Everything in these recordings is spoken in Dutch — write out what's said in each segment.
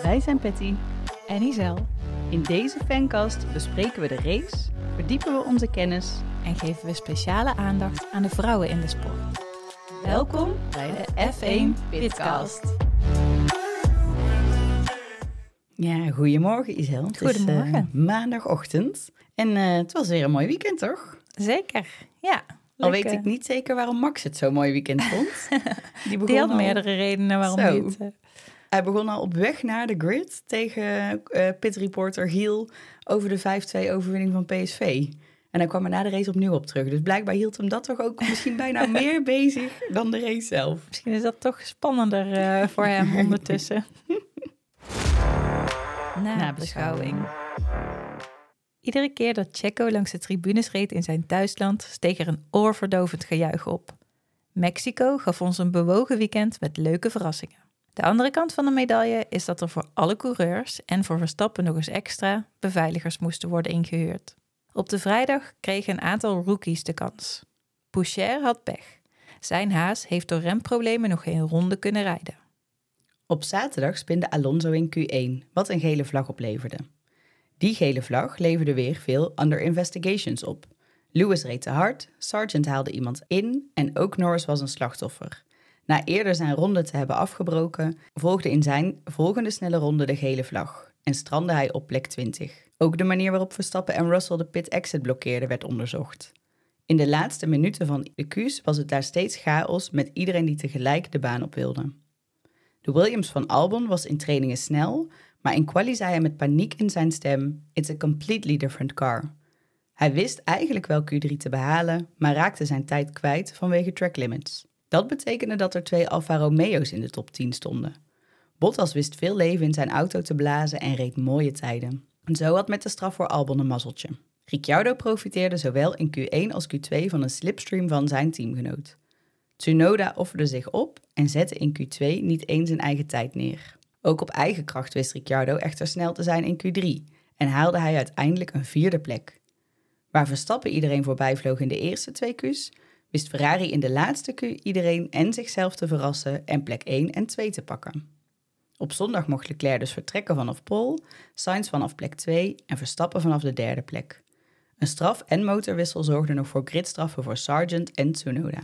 Wij zijn Patty en Isel. In deze fancast bespreken we de race, verdiepen we onze kennis en geven we speciale aandacht aan de vrouwen in de sport. Welkom bij de F1 Pitcast. Ja, goedemorgen Isel. Goedemorgen. Het is maandagochtend en het was weer een mooi weekend, toch? Zeker, ja. Al weet ik niet zeker waarom Max het zo'n mooi weekend vond. Die had meerdere redenen waarom niet. Hij begon al op weg naar de grid tegen pitreporter Giel over de 5-2 overwinning van PSV. En hij kwam er na de race opnieuw op terug. Dus blijkbaar hield hem dat toch ook misschien bijna meer bezig dan de race zelf. Misschien is dat toch spannender voor hem ondertussen. Nabeschouwing. Iedere keer dat Checo langs de tribunes reed in zijn thuisland, steeg er een oorverdovend gejuich op. Mexico gaf ons een bewogen weekend met leuke verrassingen. De andere kant van de medaille is dat er voor alle coureurs en voor Verstappen nog eens extra beveiligers moesten worden ingehuurd. Op de vrijdag kregen een aantal rookies de kans. Poucher had pech. Zijn Haas heeft door remproblemen nog geen ronde kunnen rijden. Op zaterdag spinde Alonso in Q1, wat een gele vlag opleverde. Die gele vlag leverde weer veel under investigations op. Lewis reed te hard, Sargent haalde iemand in en ook Norris was een slachtoffer. Na eerder zijn ronde te hebben afgebroken, volgde in zijn volgende snelle ronde de gele vlag en strandde hij op plek 20. Ook de manier waarop Verstappen en Russell de pit-exit blokkeerden werd onderzocht. In de laatste minuten van de Q's was het daar steeds chaos met iedereen die tegelijk de baan op wilde. De Williams van Albon was in trainingen snel, maar in quali zei hij met paniek in zijn stem: "It's a completely different car." Hij wist eigenlijk wel Q3 te behalen, maar raakte zijn tijd kwijt vanwege track limits. Dat betekende dat er 2 Alfa Romeo's in de top 10 stonden. Bottas wist veel leven in zijn auto te blazen en reed mooie tijden. En zo had met de straf voor Albon een mazzeltje. Ricciardo profiteerde zowel in Q1 als Q2 van een slipstream van zijn teamgenoot. Tsunoda offerde zich op en zette in Q2 niet eens zijn eigen tijd neer. Ook op eigen kracht wist Ricciardo echter snel te zijn in Q3 en haalde hij uiteindelijk een 4e plek. Waar Verstappen iedereen voorbij vloog in de eerste 2 Q's, wist Ferrari in de laatste Q iedereen en zichzelf te verrassen en plek 1 en 2 te pakken. Op zondag mocht Leclerc dus vertrekken vanaf pole, Sainz vanaf plek 2 en Verstappen vanaf de 3e plek. Een straf- en motorwissel zorgden nog voor gridstraffen voor Sargent en Tsunoda.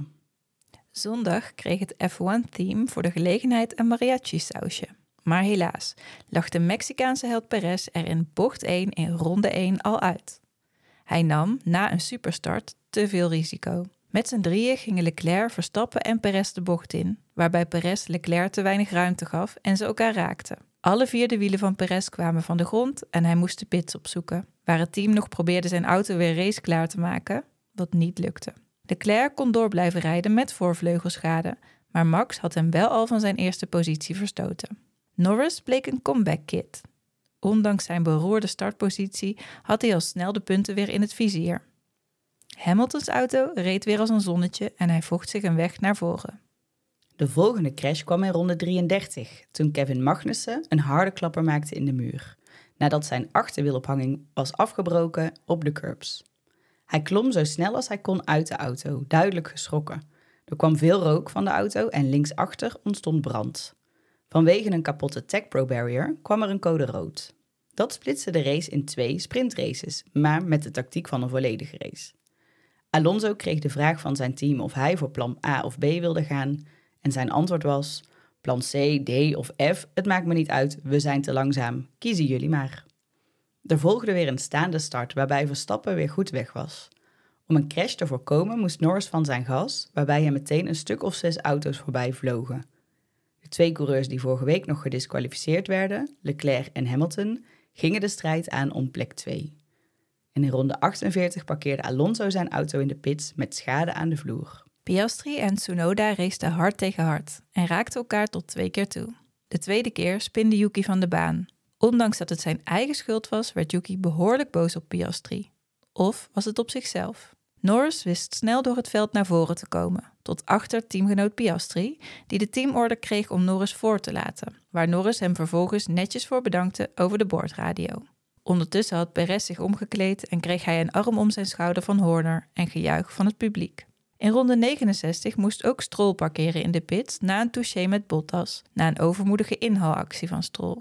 Zondag kreeg het F1-team voor de gelegenheid een mariachi-sausje. Maar helaas lag de Mexicaanse held Perez er in bocht 1 in ronde 1 al uit. Hij nam, na een superstart, te veel risico. Met z'n drieën gingen Leclerc, Verstappen en Perez de bocht in, waarbij Perez Leclerc te weinig ruimte gaf en ze elkaar raakten. Alle 4 de wielen van Perez kwamen van de grond en hij moest de pits opzoeken, waar het team nog probeerde zijn auto weer raceklaar te maken, wat niet lukte. Leclerc kon door blijven rijden met voorvleugelschade, maar Max had hem wel al van zijn eerste positie verstoten. Norris bleek een comeback kid. Ondanks zijn beroerde startpositie had hij al snel de punten weer in het vizier. Hamiltons auto reed weer als een zonnetje en hij vocht zich een weg naar voren. De volgende crash kwam in ronde 33, toen Kevin Magnussen een harde klapper maakte in de muur, nadat zijn achterwielophanging was afgebroken op de curbs. Hij klom zo snel als hij kon uit de auto, duidelijk geschrokken. Er kwam veel rook van de auto en linksachter ontstond brand. Vanwege een kapotte Tech Pro Barrier kwam er een code rood. Dat splitste de race in 2 sprintraces, maar met de tactiek van een volledige race. Alonso kreeg de vraag van zijn team of hij voor plan A of B wilde gaan en zijn antwoord was: plan C, D of F, het maakt me niet uit, we zijn te langzaam, kiezen jullie maar. Er volgde weer een staande start waarbij Verstappen weer goed weg was. Om een crash te voorkomen moest Norris van zijn gas, waarbij hem meteen een stuk of 6 auto's voorbij vlogen. De 2 coureurs die vorige week nog gediskwalificeerd werden, Leclerc en Hamilton, gingen de strijd aan om plek 2. En in ronde 48 parkeerde Alonso zijn auto in de pits met schade aan de vloer. Piastri en Tsunoda raceten hard tegen hard en raakten elkaar tot 2 keer toe. De tweede keer spinde Yuki van de baan. Ondanks dat het zijn eigen schuld was, werd Yuki behoorlijk boos op Piastri. Of was het op zichzelf? Norris wist snel door het veld naar voren te komen, tot achter teamgenoot Piastri, die de teamorder kreeg om Norris voor te laten, waar Norris hem vervolgens netjes voor bedankte over de boordradio. Ondertussen had Perez zich omgekleed en kreeg hij een arm om zijn schouder van Horner en gejuich van het publiek. In ronde 69 moest ook Stroll parkeren in de pits na een touché met Bottas, na een overmoedige inhaalactie van Stroll.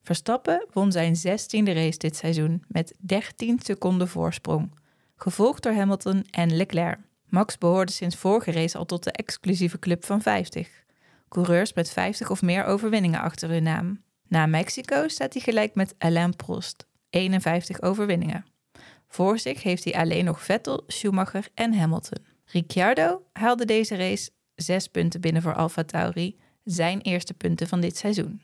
Verstappen won zijn 16e race dit seizoen met 13 seconden voorsprong, gevolgd door Hamilton en Leclerc. Max behoorde sinds vorige race al tot de exclusieve club van 50. Coureurs met 50 of meer overwinningen achter hun naam. Na Mexico staat hij gelijk met Alain Prost, 51 overwinningen. Voor zich heeft hij alleen nog Vettel, Schumacher en Hamilton. Ricciardo haalde deze race 6 punten binnen voor AlphaTauri, zijn eerste punten van dit seizoen.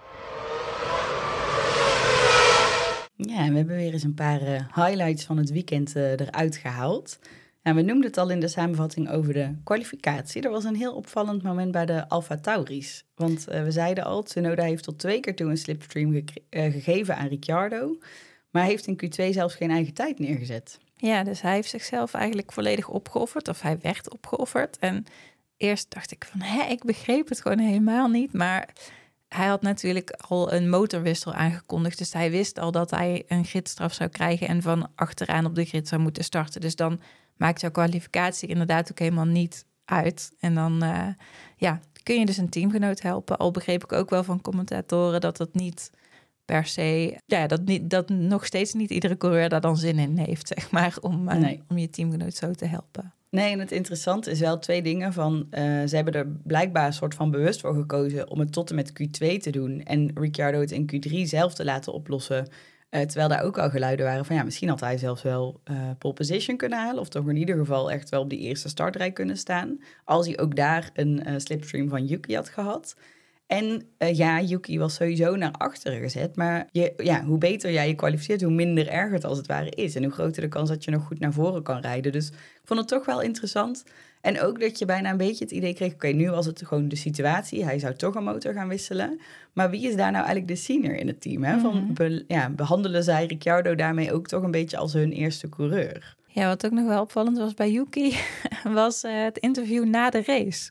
Ja, we hebben weer eens een paar highlights van het weekend eruit gehaald. We noemden het al in de samenvatting over de kwalificatie. Er was een heel opvallend moment bij de AlphaTauris. Want we zeiden al, Tsunoda heeft tot 2 keer toe een slipstream gegeven aan Ricciardo. Maar hij heeft in Q2 zelfs geen eigen tijd neergezet. Ja, dus hij heeft zichzelf eigenlijk volledig opgeofferd. Of hij werd opgeofferd. En eerst dacht ik van, ik begreep het gewoon helemaal niet. Maar hij had natuurlijk al een motorwissel aangekondigd. Dus hij wist al dat hij een gridstraf zou krijgen en van achteraan op de grid zou moeten starten. Dus dan maakt jouw kwalificatie inderdaad ook helemaal niet uit. En dan kun je dus een teamgenoot helpen. Al begreep ik ook wel van commentatoren dat het niet per se, dat nog steeds niet iedere coureur daar dan zin in heeft, zeg maar, om je teamgenoot zo te helpen. Nee, en het interessante is wel 2 dingen van, ze hebben er blijkbaar een soort van bewust voor gekozen om het tot en met Q2 te doen en Ricciardo het in Q3 zelf te laten oplossen. Terwijl daar ook al geluiden waren van misschien had hij zelfs wel pole position kunnen halen of toch in ieder geval echt wel op die eerste startrij kunnen staan. Als hij ook daar een slipstream van Yuki had gehad. En Yuki was sowieso naar achteren gezet. Maar hoe beter jij je kwalificeert, hoe minder erg het als het ware is. En hoe groter de kans dat je nog goed naar voren kan rijden. Dus ik vond het toch wel interessant. En ook dat je bijna een beetje het idee kreeg, oké, nu was het gewoon de situatie. Hij zou toch een motor gaan wisselen. Maar wie is daar nou eigenlijk de senior in het team? Hè? Behandelen zij Ricciardo daarmee ook toch een beetje als hun eerste coureur? Ja, wat ook nog wel opvallend was bij Yuki, was het interview na de race.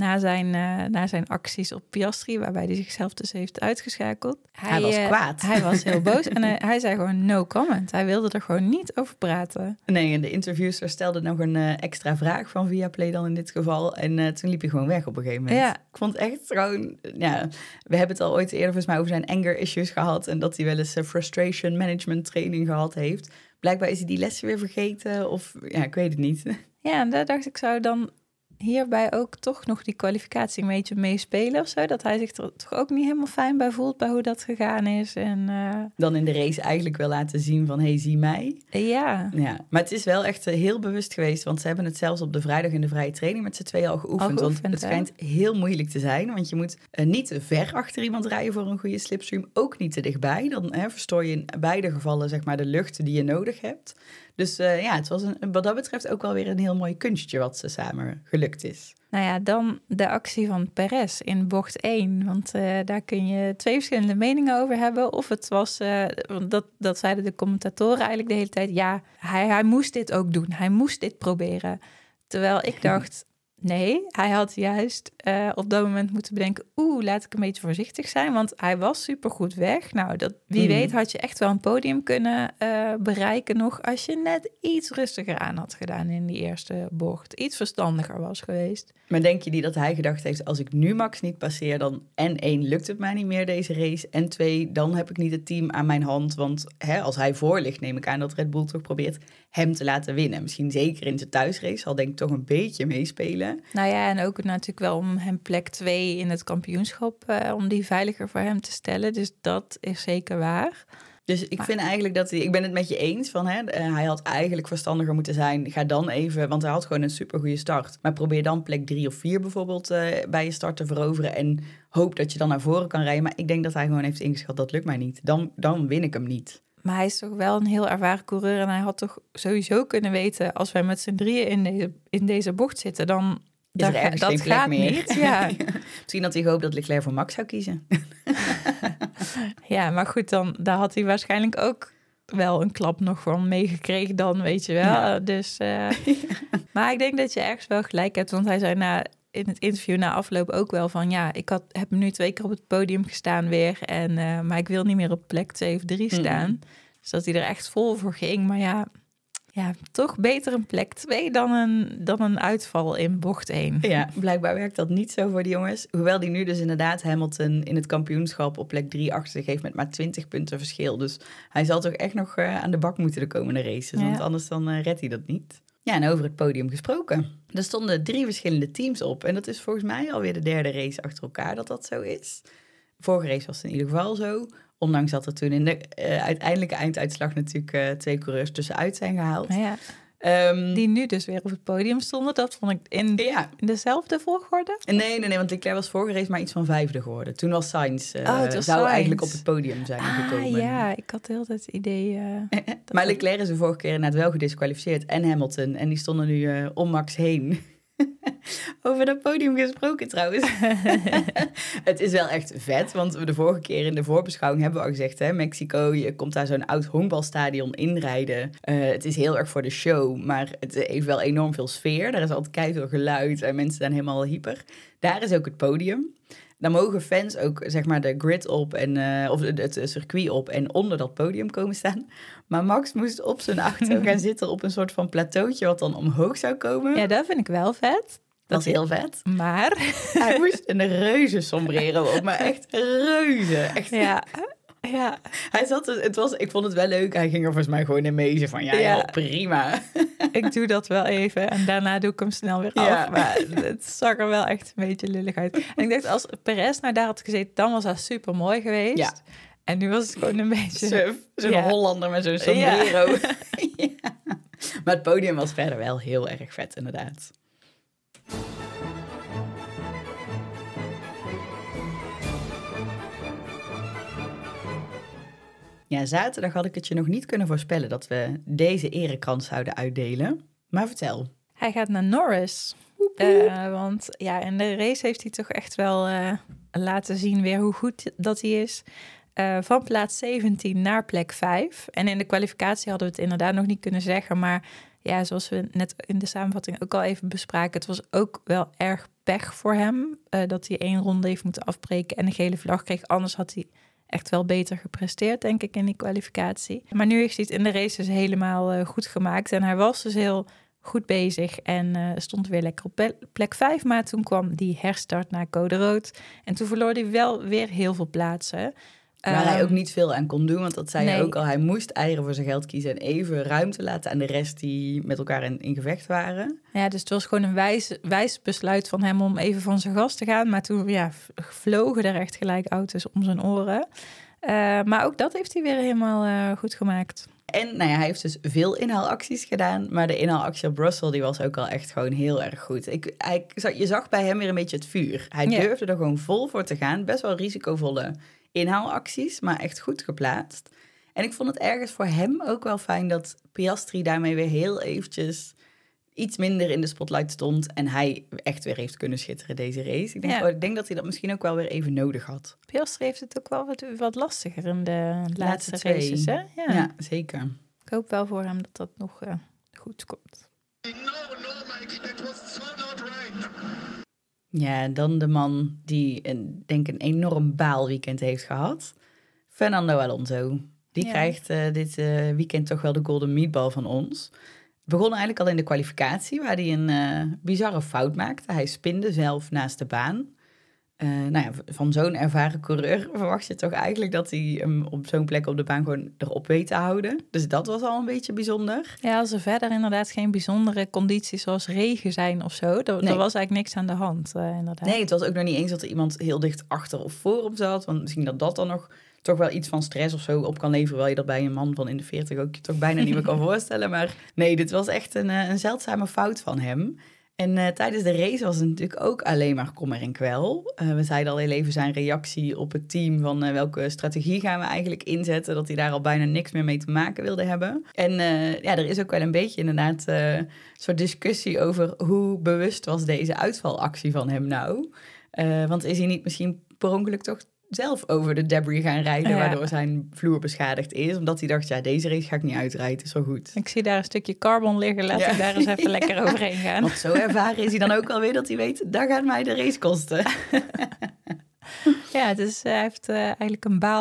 Na zijn acties op Piastri, waarbij hij zichzelf dus heeft uitgeschakeld. Hij was kwaad. Hij was heel boos en hij zei gewoon no comment. Hij wilde er gewoon niet over praten. Nee, en de interviewster stelde nog een extra vraag van Viaplay dan in dit geval. En toen liep hij gewoon weg op een gegeven moment. Ja. Ik vond echt gewoon, we hebben het al ooit eerder volgens mij over zijn anger issues gehad. En dat hij wel eens frustration management training gehad heeft. Blijkbaar is hij die lessen weer vergeten of ik weet het niet. Ja, en daar dacht ik, zou dan hierbij ook toch nog die kwalificatie een beetje meespelen of zo? Dat hij zich er toch ook niet helemaal fijn bij voelt bij hoe dat gegaan is. En dan in de race eigenlijk wel laten zien van, hey, zie mij. Ja. Maar het is wel echt heel bewust geweest, want ze hebben het zelfs op de vrijdag in de vrije training met z'n tweeën al geoefend. Want het schijnt heel moeilijk te zijn, want je moet niet te ver achter iemand rijden voor een goede slipstream, ook niet te dichtbij. Dan verstoor je in beide gevallen zeg maar de lucht die je nodig hebt. Dus het was wat dat betreft ook wel weer een heel mooi kunstje wat ze samen gelukt is. Nou ja, dan de actie van Perez in bocht 1. Want daar kun je 2 verschillende meningen over hebben. Of het was, dat zeiden de commentatoren eigenlijk de hele tijd. Ja, hij moest dit ook doen. Hij moest dit proberen. Terwijl ik dacht, nee, hij had juist op dat moment moeten bedenken, laat ik een beetje voorzichtig zijn, want hij was supergoed weg. Nou, wie weet had je echt wel een podium kunnen bereiken nog als je net iets rustiger aan had gedaan in die eerste bocht. Iets verstandiger was geweest. Maar denk je niet dat hij gedacht heeft, als ik nu Max niet passeer, dan en 1 lukt het mij niet meer deze race en 2, dan heb ik niet het team aan mijn hand, want als hij voor ligt, neem ik aan dat Red Bull toch probeert hem te laten winnen. Misschien zeker in zijn thuisrace zal denk ik toch een beetje meespelen. Nou ja, en ook natuurlijk wel om hem plek 2 in het kampioenschap, om die veiliger voor hem te stellen. Dus dat is zeker waar. Dus ik vind eigenlijk dat ik ben het met je eens van hij had eigenlijk verstandiger moeten zijn. Ga dan even, want hij had gewoon een supergoeie start. Maar probeer dan plek 3 of 4 bijvoorbeeld bij je start te veroveren en hoop dat je dan naar voren kan rijden. Maar ik denk dat hij gewoon heeft ingeschat, dat lukt mij niet. Dan win ik hem niet. Maar hij is toch wel een heel ervaren coureur en hij had toch sowieso kunnen weten, als wij met z'n drieën in deze bocht zitten, dan dat gaat meer. Niet. Ja. Misschien had hij gehoopt dat Leclerc voor Max zou kiezen. Ja, maar goed, daar had hij waarschijnlijk ook wel een klap nog van meegekregen dan, weet je wel. Ja. Dus, maar ik denk dat je ergens wel gelijk hebt, want hij zei in het interview na afloop ook wel van, heb nu 2 keer op het podium gestaan weer, maar ik wil niet meer op plek 2 of 3 staan. Dus dat hij er echt vol voor ging, maar Ja, toch beter een plek 2 dan een uitval in bocht 1. Ja, blijkbaar werkt dat niet zo voor die jongens. Hoewel die nu dus inderdaad Hamilton in het kampioenschap op plek 3 achter zich heeft met maar 20 punten verschil. Dus hij zal toch echt nog aan de bak moeten de komende races, want anders dan redt hij dat niet. Ja, en over het podium gesproken. Er stonden 3 verschillende teams op en dat is volgens mij alweer de 3e race achter elkaar dat zo is. Vorige race was het in ieder geval zo. Ondanks dat er toen in de uiteindelijke einduitslag natuurlijk 2 coureurs tussenuit zijn gehaald. Ja. Die nu dus weer op het podium stonden. Dat vond ik in dezelfde volgorde. Nee, want Leclerc was vorige race maar iets van 5e geworden. Toen was Sainz, Sainz. Eigenlijk op het podium zijn gekomen. Ja, ik had heel het idee... maar Leclerc is de vorige keer inderdaad wel gedisqualificeerd. En Hamilton. En die stonden nu om Max heen. Over dat podium gesproken trouwens. Het is wel echt vet, want we de vorige keer in de voorbeschouwing hebben we al gezegd, hè, Mexico, je komt daar zo'n oud honkbalstadion inrijden. Het is heel erg voor de show, maar het heeft wel enorm veel sfeer. Daar is altijd keiveel geluid en mensen zijn helemaal hyper. Daar is ook het podium. Dan mogen fans ook zeg maar de grid op of het circuit op en onder dat podium komen staan. Maar Max moest op zijn auto gaan zitten op een soort van plateautje wat dan omhoog zou komen. Ja, dat vind ik wel vet. Dat is heel vet. Maar hij moest een reuze sombrero op, maar echt reuze. Echt. Ja. Hij zat, ik vond het wel leuk. Hij ging er volgens mij gewoon in mee. Van ja, prima. Ik doe dat wel even en daarna doe ik hem snel weer af. Ja. Maar het zag er wel echt een beetje lullig uit. En ik dacht, als Perez nou daar had gezeten, dan was dat super mooi geweest. Ja. En nu was het gewoon een beetje... Zo'n Hollander met zo'n sombrero. Ja. Maar het podium was verder wel heel erg vet, inderdaad. Ja, zaterdag had ik het je nog niet kunnen voorspellen dat we deze erekrans zouden uitdelen. Maar vertel. Hij gaat naar Norris. Want ja, in de race heeft hij toch echt wel laten zien weer hoe goed dat hij is. Van plaats 17 naar plek 5. En in de kwalificatie hadden we het inderdaad nog niet kunnen zeggen. Maar ja, zoals we net in de samenvatting ook al even bespraken, het was ook wel erg pech voor hem. Dat hij 1 ronde heeft moeten afbreken en een gele vlag kreeg. Anders had hij echt wel beter gepresteerd, denk ik, in die kwalificatie. Maar nu heeft hij het in de race dus helemaal goed gemaakt. En hij was dus heel goed bezig en stond weer lekker op plek 5. Maar toen kwam die herstart naar code rood. En toen verloor hij wel weer heel veel plaatsen. Waar hij ook niet veel aan kon doen, want dat zei hij ook al. Hij moest eieren voor zijn geld kiezen en even ruimte laten aan de rest die met elkaar in gevecht waren. Ja, dus het was gewoon een wijs besluit van hem om even van zijn gas te gaan. Maar toen vlogen er echt gelijk auto's om zijn oren. Maar ook dat heeft hij weer helemaal goed gemaakt. En hij heeft dus veel inhaalacties gedaan. Maar de inhaalactie op Russell die was ook al echt gewoon heel erg goed. Je zag bij hem weer een beetje het vuur. Hij durfde er gewoon vol voor te gaan. Best wel risicovolle inhaalacties, maar echt goed geplaatst. En ik vond het ergens voor hem ook wel fijn dat Piastri daarmee weer heel eventjes iets minder in de spotlight stond en hij echt weer heeft kunnen schitteren deze race. Ik denk dat hij dat misschien ook wel weer even nodig had. Piastri heeft het ook wel wat lastiger in de laatste races, hè? Ja, zeker. Ik hoop wel voor hem dat dat nog goed komt. Ja, dan de man die denk een enorm baalweekend heeft gehad. Fernando Alonso. Die krijgt dit weekend toch wel de golden meatball van ons. Begon eigenlijk al in de kwalificatie, waar hij een bizarre fout maakte. Hij spinde zelf naast de baan. Van zo'n ervaren coureur verwacht je toch eigenlijk dat hij hem op zo'n plek op de baan gewoon erop weet te houden. Dus dat was al een beetje bijzonder. Ja, als er verder inderdaad geen bijzondere condities zoals regen zijn of zo, er was eigenlijk niks aan de hand, inderdaad. Nee, het was ook nog niet eens dat er iemand heel dicht achter of voor hem zat, want misschien dat dan nog toch wel iets van stress of zo op kan leveren, wel je dat bij een man van in de 40 ook je toch bijna niet meer kan voorstellen. Maar nee, dit was echt een zeldzame fout van hem. En tijdens de race was het natuurlijk ook alleen maar kommer en kwel. We zeiden al heel even zijn reactie op het team van welke strategie gaan we eigenlijk inzetten. Dat hij daar al bijna niks meer mee te maken wilde hebben. En er is ook wel een beetje inderdaad een soort discussie over hoe bewust was deze uitvalactie van hem nou. Want is hij niet misschien per ongeluk toch zelf over de debris gaan rijden, waardoor zijn vloer beschadigd is. Omdat hij dacht, deze race ga ik niet uitrijden, is wel goed. Ik zie daar een stukje carbon liggen, laat ik daar eens even lekker overheen gaan. Want zo ervaren is hij dan ook alweer dat hij weet, dat gaat mij de race kosten. Ja, dus hij heeft eigenlijk een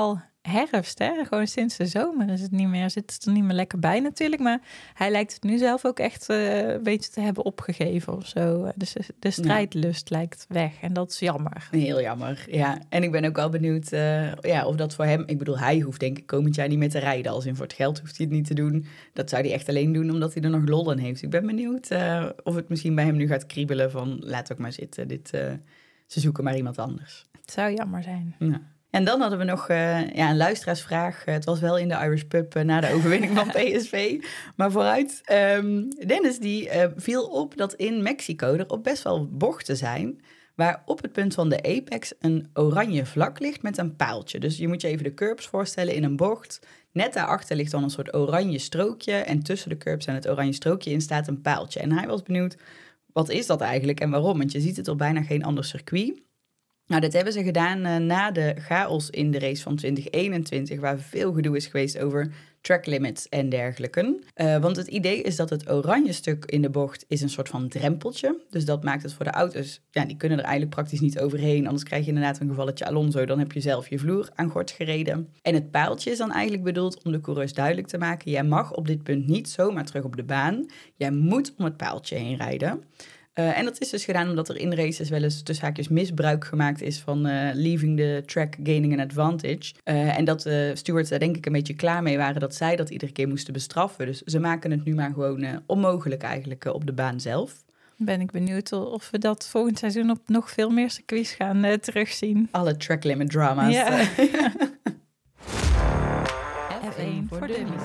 herfst, hè? Gewoon sinds de zomer is het niet meer, zit het er niet meer lekker bij natuurlijk. Maar hij lijkt het nu zelf ook echt een beetje te hebben opgegeven of zo. Dus de strijdlust lijkt weg en dat is jammer. Heel jammer, ja. En ik ben ook wel benieuwd of dat voor hem... Ik bedoel, hij hoeft denk ik komend jaar niet meer te rijden. Als in voor het geld hoeft hij het niet te doen. Dat zou hij echt alleen doen omdat hij er nog lol in heeft. Ik ben benieuwd of het misschien bij hem nu gaat kriebelen van... laat ook maar zitten, ze zoeken maar iemand anders. Het zou jammer zijn. Ja. En dan hadden we nog een luisteraarsvraag. Het was wel in de Irish Pub na de overwinning van PSV. Maar vooruit. Dennis die viel op dat in Mexico er op best wel bochten zijn... waar op het punt van de apex een oranje vlak ligt met een paaltje. Dus je moet je even de curbs voorstellen in een bocht. Net daarachter ligt dan een soort oranje strookje... en tussen de curbs en het oranje strookje in staat een paaltje. En hij was benieuwd, wat is dat eigenlijk en waarom? Want je ziet het op bijna geen ander circuit... Nou, dat hebben ze gedaan na de chaos in de race van 2021... waar veel gedoe is geweest over track limits en dergelijke. Want het idee is dat het oranje stuk in de bocht is een soort van drempeltje. Dus dat maakt het voor de auto's... Ja, die kunnen er eigenlijk praktisch niet overheen. Anders krijg je inderdaad een gevalletje Alonso. Dan heb je zelf je vloer aan gort gereden. En het paaltje is dan eigenlijk bedoeld om de coureurs duidelijk te maken... jij mag op dit punt niet zomaar terug op de baan. Jij moet om het paaltje heen rijden... En dat is dus gedaan omdat er in races wel eens tussen haakjes misbruik gemaakt is van leaving the track, gaining an advantage. En dat stewards daar denk ik een beetje klaar mee waren dat zij dat iedere keer moesten bestraffen. Dus ze maken het nu maar gewoon onmogelijk eigenlijk op de baan zelf. Ben ik benieuwd of we dat volgend seizoen op nog veel meer circuits gaan terugzien. Alle track limit drama's. Ja. F1 voor dummies.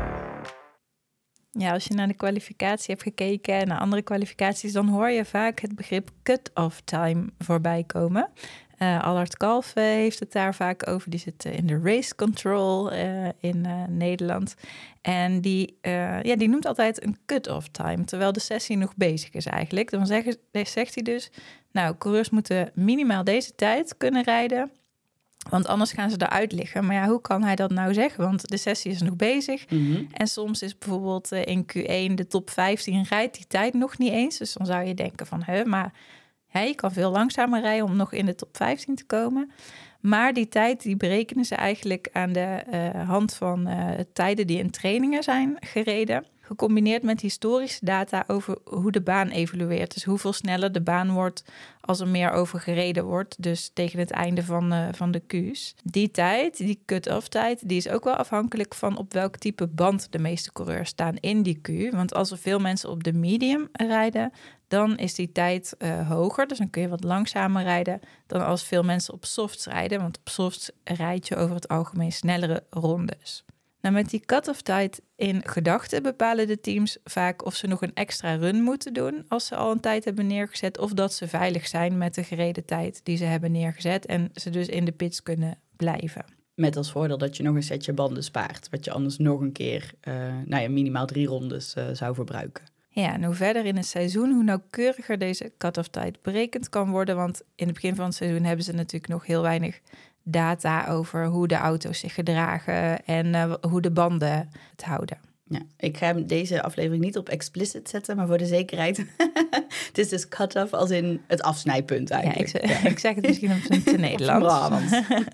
Ja, als je naar de kwalificatie hebt gekeken en naar andere kwalificaties... dan hoor je vaak het begrip cut-off time voorbij komen. Allard Kalf heeft het daar vaak over. Die zit in de race control in Nederland. En die noemt altijd een cut-off time... terwijl de sessie nog bezig is eigenlijk. Dan zegt hij dus... nou, coureurs moeten minimaal deze tijd kunnen rijden... want anders gaan ze eruit liggen. Maar ja, hoe kan hij dat nou zeggen? Want de sessie is nog bezig. Mm-hmm. En soms is bijvoorbeeld in Q1 de top 15 rijdt die tijd nog niet eens. Dus dan zou je denken van, maar je kan veel langzamer rijden om nog in de top 15 te komen. Maar die tijd die berekenen ze eigenlijk aan de hand van tijden die in trainingen zijn gereden. Gecombineerd met historische data over hoe de baan evolueert. Dus hoeveel sneller de baan wordt als er meer over gereden wordt. Dus tegen het einde van de Q's. Die tijd, die cut-off tijd, die is ook wel afhankelijk van op welk type band de meeste coureurs staan in die Q. Want als er veel mensen op de medium rijden, dan is die tijd hoger. Dus dan kun je wat langzamer rijden dan als veel mensen op softs rijden. Want op softs rijd je over het algemeen snellere rondes. Nou, met die cut-off tijd in gedachten bepalen de teams vaak of ze nog een extra run moeten doen als ze al een tijd hebben neergezet, of dat ze veilig zijn met de gereden tijd die ze hebben neergezet en ze dus in de pits kunnen blijven. Met als voordeel dat je nog een setje banden spaart, wat je anders nog een keer minimaal 3 rondes zou verbruiken. Ja, en hoe verder in het seizoen, hoe nauwkeuriger deze cut-off tijd berekend kan worden, want in het begin van het seizoen hebben ze natuurlijk nog heel weinig data over hoe de auto's zich gedragen en hoe de banden het houden. Ja, ik ga deze aflevering niet op explicit zetten, maar voor de zekerheid. Het is dus cut-off als in het afsnijpunt eigenlijk. Ja, ik zeg het misschien op zijn Nederlands.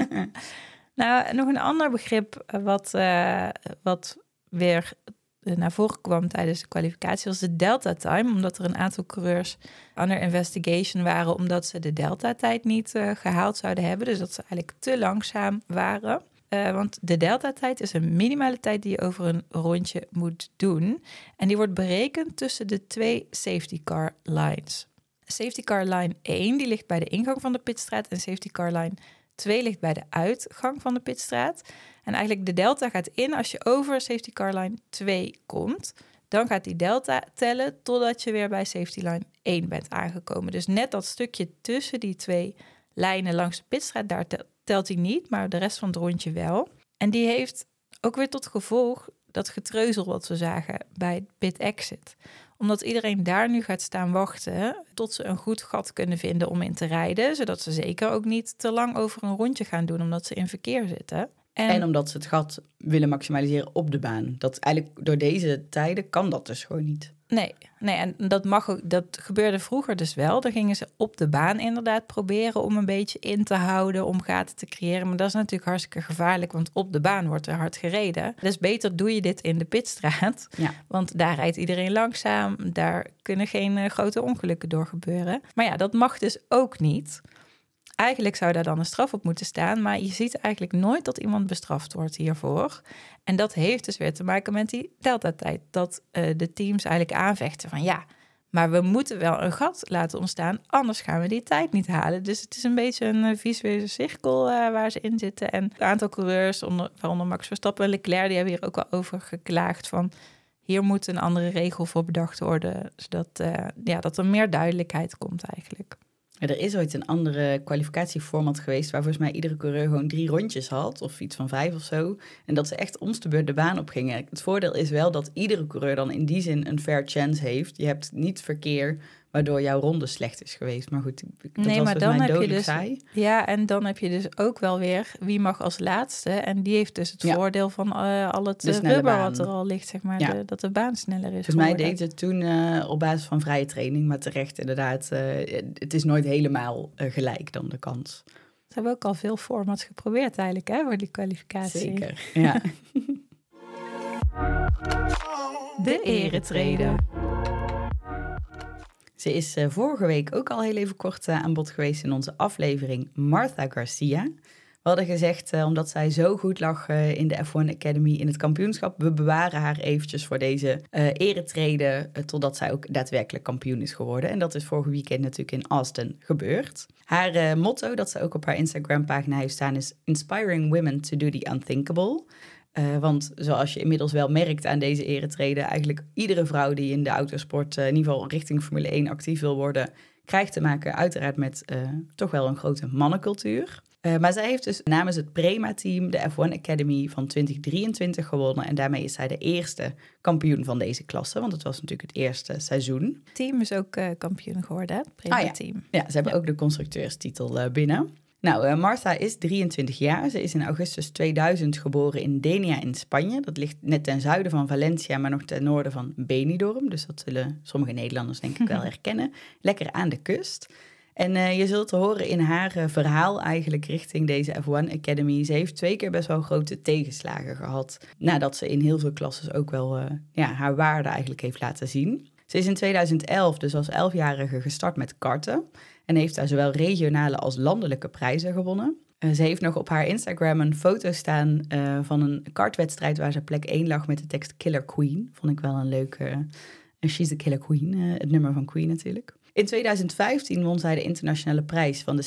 Nou, nog een ander begrip wat weer naar voren kwam tijdens de kwalificatie was de delta time, omdat er een aantal coureurs under investigation waren omdat ze de delta-tijd niet gehaald zouden hebben. Dus dat ze eigenlijk te langzaam waren. Want de delta-tijd is een minimale tijd die je over een rondje moet doen. En die wordt berekend tussen de 2 safety car lines. Safety car line 1 die ligt bij de ingang van de pitstraat en safety car line 2 ligt bij de uitgang van de pitstraat. En eigenlijk de delta gaat in als je over safety car line 2 komt. Dan gaat die delta tellen totdat je weer bij safety line 1 bent aangekomen. Dus net dat stukje tussen die 2 lijnen langs de pitstraat, daar telt hij niet, maar de rest van het rondje wel. En die heeft ook weer tot gevolg dat getreuzel wat we zagen bij pit exit. Omdat iedereen daar nu gaat staan wachten tot ze een goed gat kunnen vinden om in te rijden. Zodat ze zeker ook niet te lang over een rondje gaan doen omdat ze in verkeer zitten. En omdat ze het gat willen maximaliseren op de baan. Dat eigenlijk door deze tijden kan dat dus gewoon niet. Nee, en dat gebeurde vroeger dus wel. Dan gingen ze op de baan inderdaad proberen om een beetje in te houden, om gaten te creëren. Maar dat is natuurlijk hartstikke gevaarlijk, want op de baan wordt er hard gereden. Dus beter doe je dit in de pitstraat, want daar rijdt iedereen langzaam. Daar kunnen geen grote ongelukken door gebeuren. Maar ja, dat mag dus ook niet. Eigenlijk zou daar dan een straf op moeten staan, maar je ziet eigenlijk nooit dat iemand bestraft wordt hiervoor. En dat heeft dus weer te maken met die deltatijd. Dat de teams eigenlijk aanvechten van maar we moeten wel een gat laten ontstaan, anders gaan we die tijd niet halen. Dus het is een beetje een visuele cirkel waar ze in zitten. En een aantal coureurs, waaronder Max Verstappen en Leclerc, die hebben hier ook wel over geklaagd van hier moet een andere regel voor bedacht worden, zodat dat er meer duidelijkheid komt eigenlijk. Er is ooit een andere kwalificatieformat geweest waar volgens mij iedere coureur gewoon 3 rondjes had, of iets van 5 of zo. En dat ze echt om de beurt de baan op gingen. Het voordeel is wel dat iedere coureur dan in die zin een fair chance heeft. Je hebt niet verkeer waardoor jouw ronde slecht is geweest. Maar goed, dat was maar dan heb je dus saai. Ja, en dan heb je dus ook wel weer wie mag als laatste. En die heeft dus het voordeel van al het rubber wat er al ligt, zeg maar, dat de baan sneller is. Volgens mij deed het toen op basis van vrije training, maar terecht inderdaad. Het is nooit helemaal gelijk dan de kans. Ze hebben ook al veel formats geprobeerd eigenlijk, hè, voor die kwalificatie. Zeker, ja. De eretrede. Ze is vorige week ook al heel even kort aan bod geweest in onze aflevering Martha Garcia. We hadden gezegd, omdat zij zo goed lag in de F1 Academy in het kampioenschap, we bewaren haar eventjes voor deze eretrede totdat zij ook daadwerkelijk kampioen is geworden. En dat is vorig weekend natuurlijk in Austin gebeurd. Haar motto, dat ze ook op haar Instagram-pagina heeft staan, is Inspiring Women to do the Unthinkable. Want zoals je inmiddels wel merkt aan deze eretrede, eigenlijk iedere vrouw die in de autosport, in ieder geval richting Formule 1 actief wil worden, krijgt te maken uiteraard met toch wel een grote mannencultuur. Maar zij heeft dus namens het Prema-team de F1 Academy van 2023 gewonnen. En daarmee is zij de eerste kampioen van deze klasse, want het was natuurlijk het eerste seizoen. Het team is ook kampioen geworden, het Prema-team. Ja, ze hebben ook de constructeurstitel binnen. Nou, Martha is 23 jaar. Ze is in augustus 2000 geboren in Denia in Spanje. Dat ligt net ten zuiden van Valencia, maar nog ten noorden van Benidorm. Dus dat zullen sommige Nederlanders denk ik wel herkennen. Lekker aan de kust. En je zult horen in haar verhaal eigenlijk richting deze F1 Academy. Ze heeft 2 keer best wel grote tegenslagen gehad. Nadat ze in heel veel klasses ook wel haar waarde eigenlijk heeft laten zien. Ze is in 2011, dus als 11-jarige, gestart met karten. En heeft daar zowel regionale als landelijke prijzen gewonnen. Ze heeft nog op haar Instagram een foto staan van een kartwedstrijd waar ze plek 1 lag met de tekst Killer Queen. Vond ik wel een leuke She's the Killer Queen, het nummer van Queen natuurlijk. In 2015 won zij de internationale prijs van de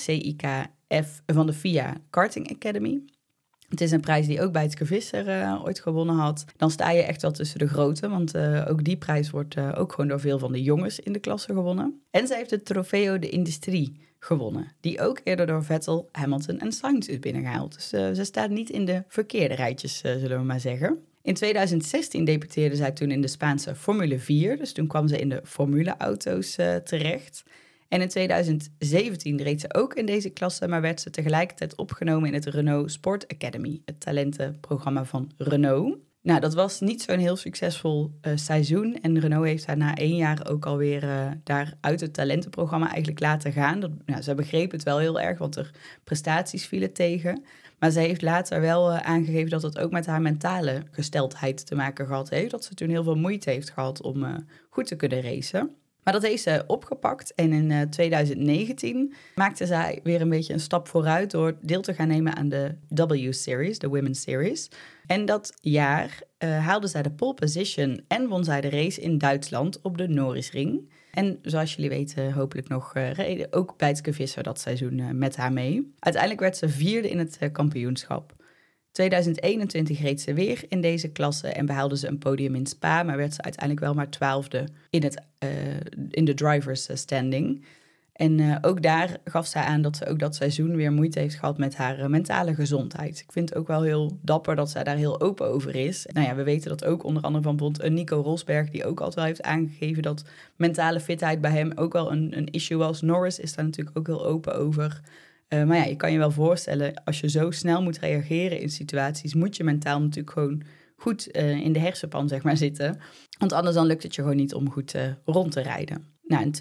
CIKF van de FIA Karting Academy. Het is een prijs die ook Bijtske Visser ooit gewonnen had. Dan sta je echt wel tussen de grote, want ook die prijs wordt ook gewoon door veel van de jongens in de klasse gewonnen. En zij heeft de Trofeo de Industrie gewonnen, die ook eerder door Vettel, Hamilton en Sainz is binnengehaald. Dus ze staat niet in de verkeerde rijtjes, zullen we maar zeggen. In 2016 debuteerde zij toen in de Spaanse Formule 4, dus toen kwam ze in de formuleauto's terecht. En in 2017 reed ze ook in deze klasse, maar werd ze tegelijkertijd opgenomen in het Renault Sport Academy, het talentenprogramma van Renault. Nou, dat was niet zo'n heel succesvol seizoen en Renault heeft haar na 1 jaar ook alweer daar uit het talentenprogramma eigenlijk laten gaan. Ze begreep het wel heel erg, want er prestaties vielen tegen. Maar ze heeft later wel aangegeven dat het ook met haar mentale gesteldheid te maken gehad heeft. Dat ze toen heel veel moeite heeft gehad om goed te kunnen racen. Maar dat heeft ze opgepakt en in 2019 maakte zij weer een beetje een stap vooruit door deel te gaan nemen aan de W-Series, de Women's Series. En dat jaar haalde zij de pole position en won zij de race in Duitsland op de Norrisring. En zoals jullie weten, hopelijk nog reden ook Bijtske Visser dat seizoen met haar mee. Uiteindelijk werd ze 4e in het kampioenschap. 2021 reed ze weer in deze klasse en behaalde ze een podium in Spa, maar werd ze uiteindelijk wel maar 12e in de drivers standing. En ook daar gaf zij aan dat ze ook dat seizoen weer moeite heeft gehad met haar mentale gezondheid. Ik vind het ook wel heel dapper dat zij daar heel open over is. Nou ja, we weten dat ook onder andere van bijvoorbeeld Nico Rosberg, die ook altijd wel heeft aangegeven dat mentale fitheid bij hem ook wel een issue was. Norris is daar natuurlijk ook heel open over. Maar ja, je kan je wel voorstellen, als je zo snel moet reageren in situaties, moet je mentaal natuurlijk gewoon goed in de hersenpan, zeg maar, zitten. Want anders dan lukt het je gewoon niet om goed rond te rijden. Nou, in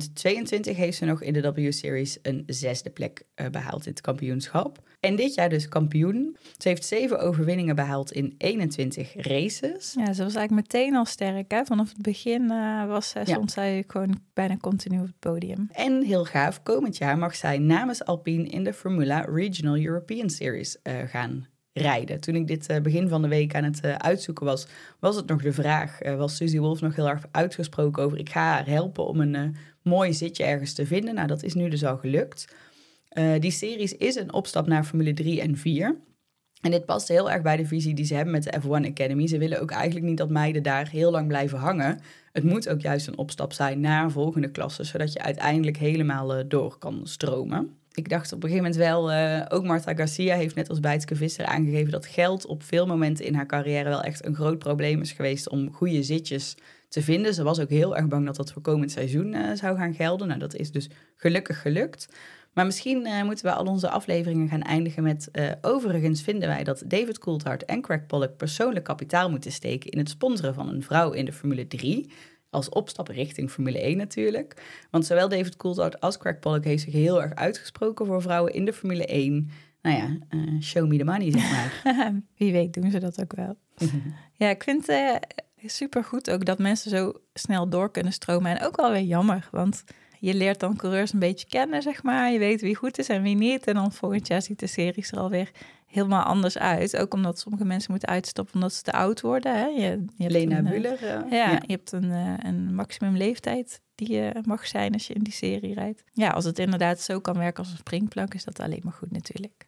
2022 heeft ze nog in de W-Series een 6e plek behaald in het kampioenschap. En dit jaar dus kampioen. Ze heeft 7 overwinningen behaald in 21 races. Ja, ze was eigenlijk meteen al sterk. Hè? Vanaf het begin stond zij gewoon bijna continu op het podium. En heel gaaf, komend jaar mag zij namens Alpine in de Formula Regional European Series gaan rijden. Toen ik dit begin van de week aan het uitzoeken was het nog de vraag. Was Susie Wolff nog heel erg uitgesproken over, ik ga haar helpen om een mooi zitje ergens te vinden. Nou, dat is nu dus al gelukt. Die series is een opstap naar Formule 3 en 4. En dit past heel erg bij de visie die ze hebben met de F1 Academy. Ze willen ook eigenlijk niet dat meiden daar heel lang blijven hangen. Het moet ook juist een opstap zijn naar volgende klassen, zodat je uiteindelijk helemaal door kan stromen. Ik dacht op een gegeven moment wel, ook Marta Garcia heeft net als Bijtske Visser aangegeven dat geld op veel momenten in haar carrière wel echt een groot probleem is geweest om goede zitjes te vinden. Ze was ook heel erg bang dat dat voor komend seizoen zou gaan gelden. Nou, dat is dus gelukkig gelukt. Maar misschien moeten we al onze afleveringen gaan eindigen met overigens vinden wij dat David Coulthard en Craig Pollock persoonlijk kapitaal moeten steken in het sponsoren van een vrouw in de Formule 3. Als opstap richting Formule 1 natuurlijk. Want zowel David Coulthard als Craig Pollock heeft zich heel erg uitgesproken voor vrouwen in de Formule 1. Nou ja, show me the money, zeg maar. Wie weet doen ze dat ook wel. Ja, ik vind het supergoed ook dat mensen zo snel door kunnen stromen. En ook wel weer jammer, want je leert dan coureurs een beetje kennen, zeg maar. Je weet wie goed is en wie niet. En dan volgend jaar ziet de series er alweer helemaal anders uit. Ook omdat sommige mensen moeten uitstoppen omdat ze te oud worden. Hè? Je hebt Lena Bühler. Je hebt een maximum leeftijd die je mag zijn als je in die serie rijdt. Ja, als het inderdaad zo kan werken als een springplank, is dat alleen maar goed natuurlijk.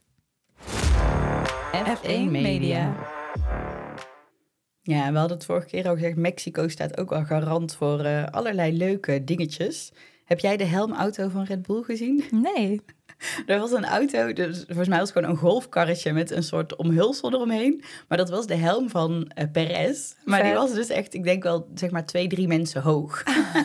F1 Media. Ja, we hadden het vorige keer al gezegd, Mexico staat ook al garant voor allerlei leuke dingetjes. Heb jij de helmauto van Red Bull gezien? Nee. Er was een auto, dus volgens mij was het gewoon een golfkarretje met een soort omhulsel eromheen. Maar dat was de helm van Perez. Maar die was dus echt, ik denk wel, zeg maar 2-3 mensen hoog.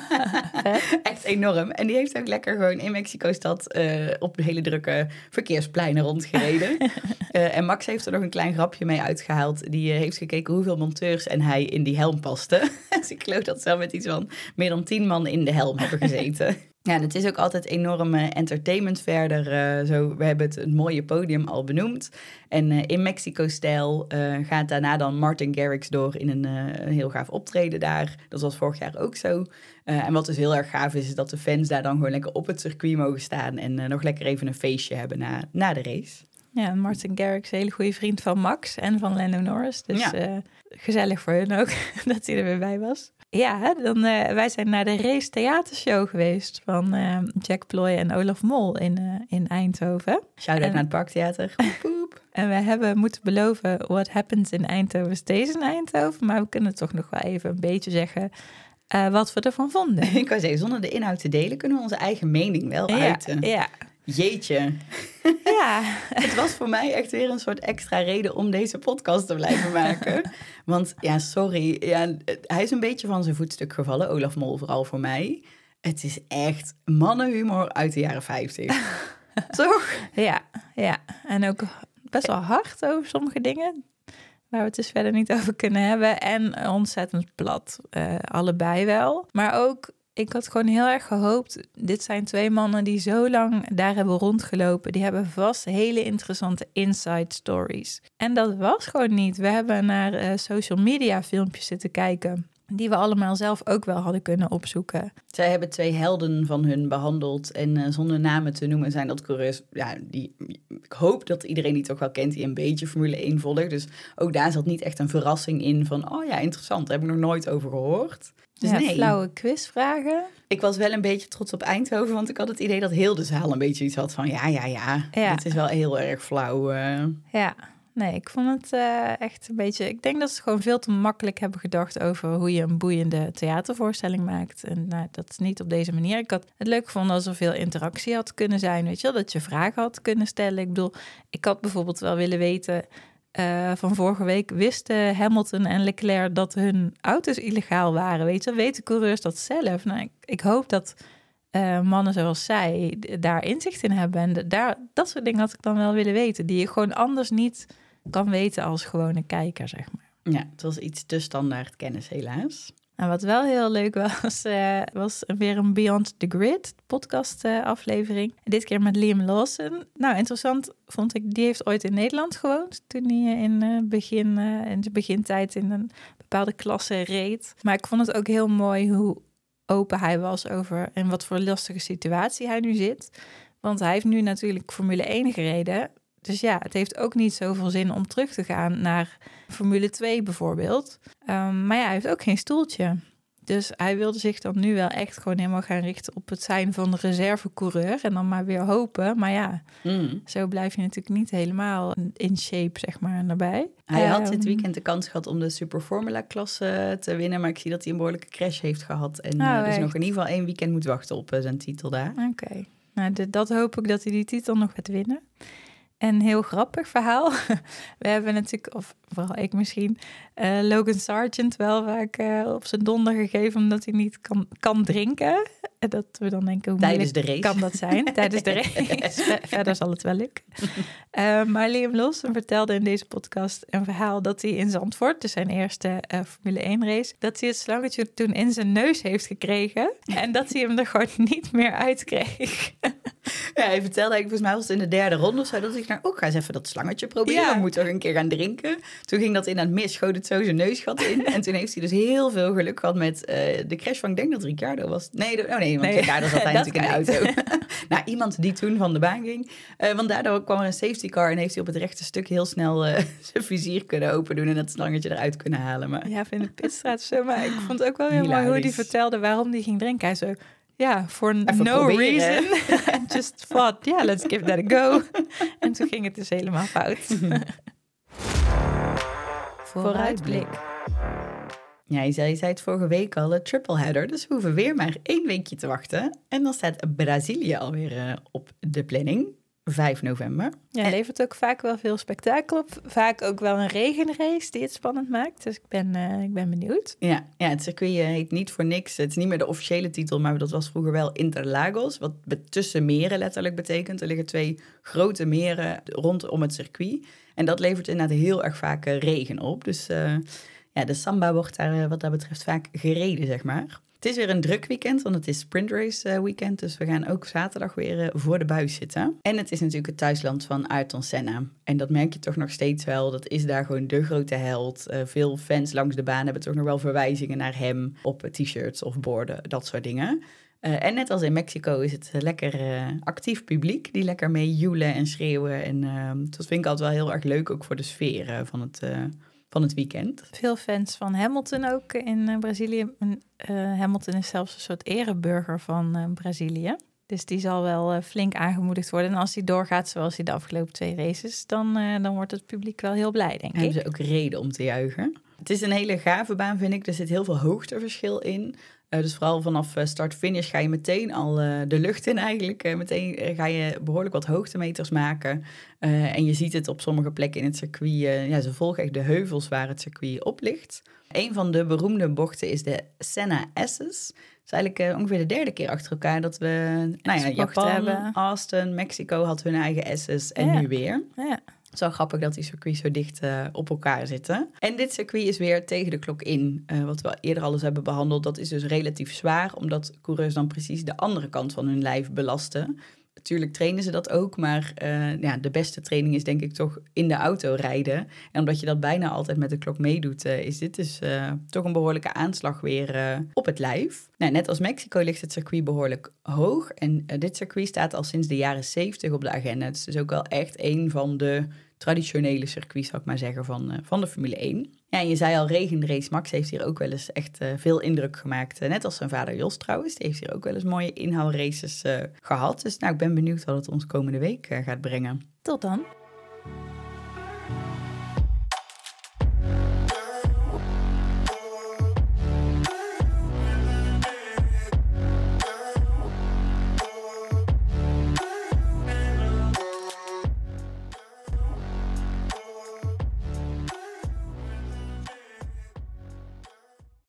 Echt enorm. En die heeft ook lekker gewoon in Mexico-stad op de hele drukke verkeerspleinen rondgereden. En Max heeft er nog een klein grapje mee uitgehaald. Die heeft gekeken hoeveel monteurs en hij in die helm paste. Dus ik geloof dat ze wel met iets van meer dan 10 man in de helm hebben gezeten. Ja, en het is ook altijd enorm entertainment verder. We hebben het een mooie podium al benoemd. En in Mexico-stijl gaat daarna dan Martin Garrix door in een heel gaaf optreden daar. Dat was vorig jaar ook zo. En wat dus heel erg gaaf is dat de fans daar dan gewoon lekker op het circuit mogen staan en nog lekker even een feestje hebben na de race. Ja, Martin Garrix, een hele goede vriend van Max en van Lando Norris. Dus gezellig voor hun ook dat hij er weer bij was. Ja, wij zijn naar de race theatershow geweest van Jack Ploy en Olaf Mol in Eindhoven. Shout-out naar het Parktheater. Poep. En we hebben moeten beloven, what happens in Eindhoven stays in Eindhoven. Maar we kunnen toch nog wel even een beetje zeggen wat we ervan vonden. Ik wou zeggen, zonder de inhoud te delen kunnen we onze eigen mening wel uiten. Ja. Jeetje. Ja. Het was voor mij echt weer een soort extra reden om deze podcast te blijven maken. Want ja, sorry. Ja, hij is een beetje van zijn voetstuk gevallen. Olaf Mol vooral voor mij. Het is echt mannenhumor uit de jaren 50. Toch? Ja. En ook best wel hard over sommige dingen. Waar we het dus verder niet over kunnen hebben. En ontzettend plat. Allebei wel. Maar ook, ik had gewoon heel erg gehoopt. Dit zijn 2 mannen die zo lang daar hebben rondgelopen. Die hebben vast hele interessante inside stories. En dat was gewoon niet. We hebben naar social media filmpjes zitten kijken. Die we allemaal zelf ook wel hadden kunnen opzoeken. Zij hebben 2 helden van hun behandeld. En zonder namen te noemen zijn dat coureurs. Ja, ik hoop dat iedereen die toch wel kent die een beetje Formule 1 volgt. Dus ook daar zat niet echt een verrassing in van, oh ja, interessant. Daar heb ik nog nooit over gehoord. Dus ja, flauwe quizvragen. Ik was wel een beetje trots op Eindhoven, want ik had het idee dat heel de zaal een beetje iets had van ja. Dit is wel heel erg flauw. Ja, nee, ik vond het echt een beetje. Ik denk dat ze gewoon veel te makkelijk hebben gedacht over hoe je een boeiende theatervoorstelling maakt. En nou, dat is niet op deze manier. Ik had het leuk gevonden als er veel interactie had kunnen zijn, weet je wel, dat je vragen had kunnen stellen. Ik bedoel, ik had bijvoorbeeld wel willen weten. Van vorige week wisten Hamilton en Leclerc dat hun auto's illegaal waren. Weet je, weten coureurs dat zelf? Nou, ik hoop dat mannen zoals zij daar inzicht in hebben. En dat soort dingen had ik dan wel willen weten. Die je gewoon anders niet kan weten als gewone kijker, zeg maar. Ja, het was iets te standaard kennis helaas. En wat wel heel leuk was weer een Beyond the Grid podcast aflevering. Dit keer met Liam Lawson. Nou, interessant vond ik, die heeft ooit in Nederland gewoond. Toen hij in de begintijd in een bepaalde klasse reed. Maar ik vond het ook heel mooi hoe open hij was over en wat voor lastige situatie hij nu zit. Want hij heeft nu natuurlijk Formule 1 gereden. Dus ja, het heeft ook niet zoveel zin om terug te gaan naar Formule 2 bijvoorbeeld. Maar ja, hij heeft ook geen stoeltje. Dus hij wilde zich dan nu wel echt gewoon helemaal gaan richten op het zijn van de reservecoureur. En dan maar weer hopen. Maar ja, zo blijf je natuurlijk niet helemaal in shape, zeg maar, nabij. Hij had dit weekend de kans gehad om de Super Formula-klasse te winnen. Maar ik zie dat hij een behoorlijke crash heeft gehad. En dus nog in ieder geval 1 weekend moet wachten op zijn titel daar. Oké. Nou, dat hoop ik dat hij die titel nog gaat winnen. Een heel grappig verhaal. We hebben natuurlijk, of vooral ik misschien, Logan Sargent wel vaak op zijn donder gegeven omdat hij niet kan drinken. En dat we dan denken, hoe moeilijk kan dat zijn? Tijdens de race. Verder zal het wel lukken. Maar Liam Lawson vertelde in deze podcast een verhaal dat hij in Zandvoort, dus zijn eerste Formule 1 race, dat hij het slangetje toen in zijn neus heeft gekregen en dat hij hem er gewoon niet meer uitkreeg. Ja, hij vertelde eigenlijk, volgens mij was het in de 3e ronde of zo, dat ik ga eens even dat slangetje proberen. Ja. We moeten toch een keer gaan drinken. Toen ging dat in aan het mis, schoot het zo zijn neusgat in. En toen heeft hij dus heel veel geluk gehad met de crash van, ik denk dat Ricciardo was. Nee, want Ricciardo zat hij natuurlijk in de auto. Nou, iemand die toen van de baan ging. Want daardoor kwam er een safety car en heeft hij op het rechte stuk heel snel zijn vizier kunnen open doen en dat slangetje eruit kunnen halen. Maar... Ja, in de pitstraat zo. Maar ik vond het ook wel heel mooi hoe hij vertelde waarom hij ging drinken. Hij zo... Ja, for no reason. And just thought, yeah, let's give that a go. En toen ging het dus helemaal fout. Vooruitblik. Ja, je zei het vorige week al, triple header. Dus we hoeven weer maar 1 weekje te wachten. En dan staat Brazilië alweer op de planning. 5 november. Ja, levert ook vaak wel veel spektakel op. Vaak ook wel een regenrace die het spannend maakt. Dus ik ben benieuwd. Ja, het circuit heet niet voor niks. Het is niet meer de officiële titel, maar dat was vroeger wel Interlagos. Wat tussen meren letterlijk betekent. Er liggen 2 grote meren rondom het circuit. En dat levert inderdaad heel erg vaak regen op. Dus de samba wordt daar wat dat betreft vaak gereden, zeg maar. Het is weer een druk weekend, want het is sprintrace weekend. Dus we gaan ook zaterdag weer voor de buis zitten. En het is natuurlijk het thuisland van Ayrton Senna. En dat merk je toch nog steeds wel. Dat is daar gewoon de grote held. Veel fans langs de baan hebben toch nog wel verwijzingen naar hem op t-shirts of borden, dat soort dingen. En net als in Mexico is het lekker actief publiek die lekker mee joelen en schreeuwen. En dat vind ik altijd wel heel erg leuk, ook voor de sfeer van het weekend. Veel fans van Hamilton ook in Brazilië. Hamilton is zelfs een soort ereburger van Brazilië. Dus die zal wel flink aangemoedigd worden. En als hij doorgaat zoals hij de afgelopen 2 races, dan wordt het publiek wel heel blij, denk ik. Hebben ze ook reden om te juichen. Het is een hele gave baan, vind ik. Er zit heel veel hoogteverschil in. Dus vooral vanaf start-finish ga je meteen al de lucht in eigenlijk. Meteen ga je behoorlijk wat hoogtemeters maken. En je ziet het op sommige plekken in het circuit. Ze volgen echt de heuvels waar het circuit op ligt. Een van de beroemde bochten is de Senna S's. Het is eigenlijk ongeveer de 3e keer achter elkaar dat we Japan hebben. Austin, Mexico had hun eigen S's en nu weer. Ja. Het is wel grappig dat die circuits zo dicht op elkaar zitten. En dit circuit is weer tegen de klok in. Wat we eerder al eens hebben behandeld. Dat is dus relatief zwaar, omdat coureurs dan precies de andere kant van hun lijf belasten. Natuurlijk trainen ze dat ook, maar de beste training is denk ik toch in de auto rijden. En omdat je dat bijna altijd met de klok meedoet, is dit dus toch een behoorlijke aanslag weer op het lijf. Nou, net als Mexico ligt het circuit behoorlijk hoog. En dit circuit staat al sinds de jaren 70 op de agenda. Het is dus ook wel echt een van de traditionele circuits, zou ik maar zeggen, van de Formule 1. Ja, en je zei al, regenrace Max heeft hier ook wel eens echt veel indruk gemaakt. Net als zijn vader Jos trouwens, die heeft hier ook wel eens mooie inhaalraces gehad. Dus ik ben benieuwd wat het ons komende week gaat brengen. Tot dan.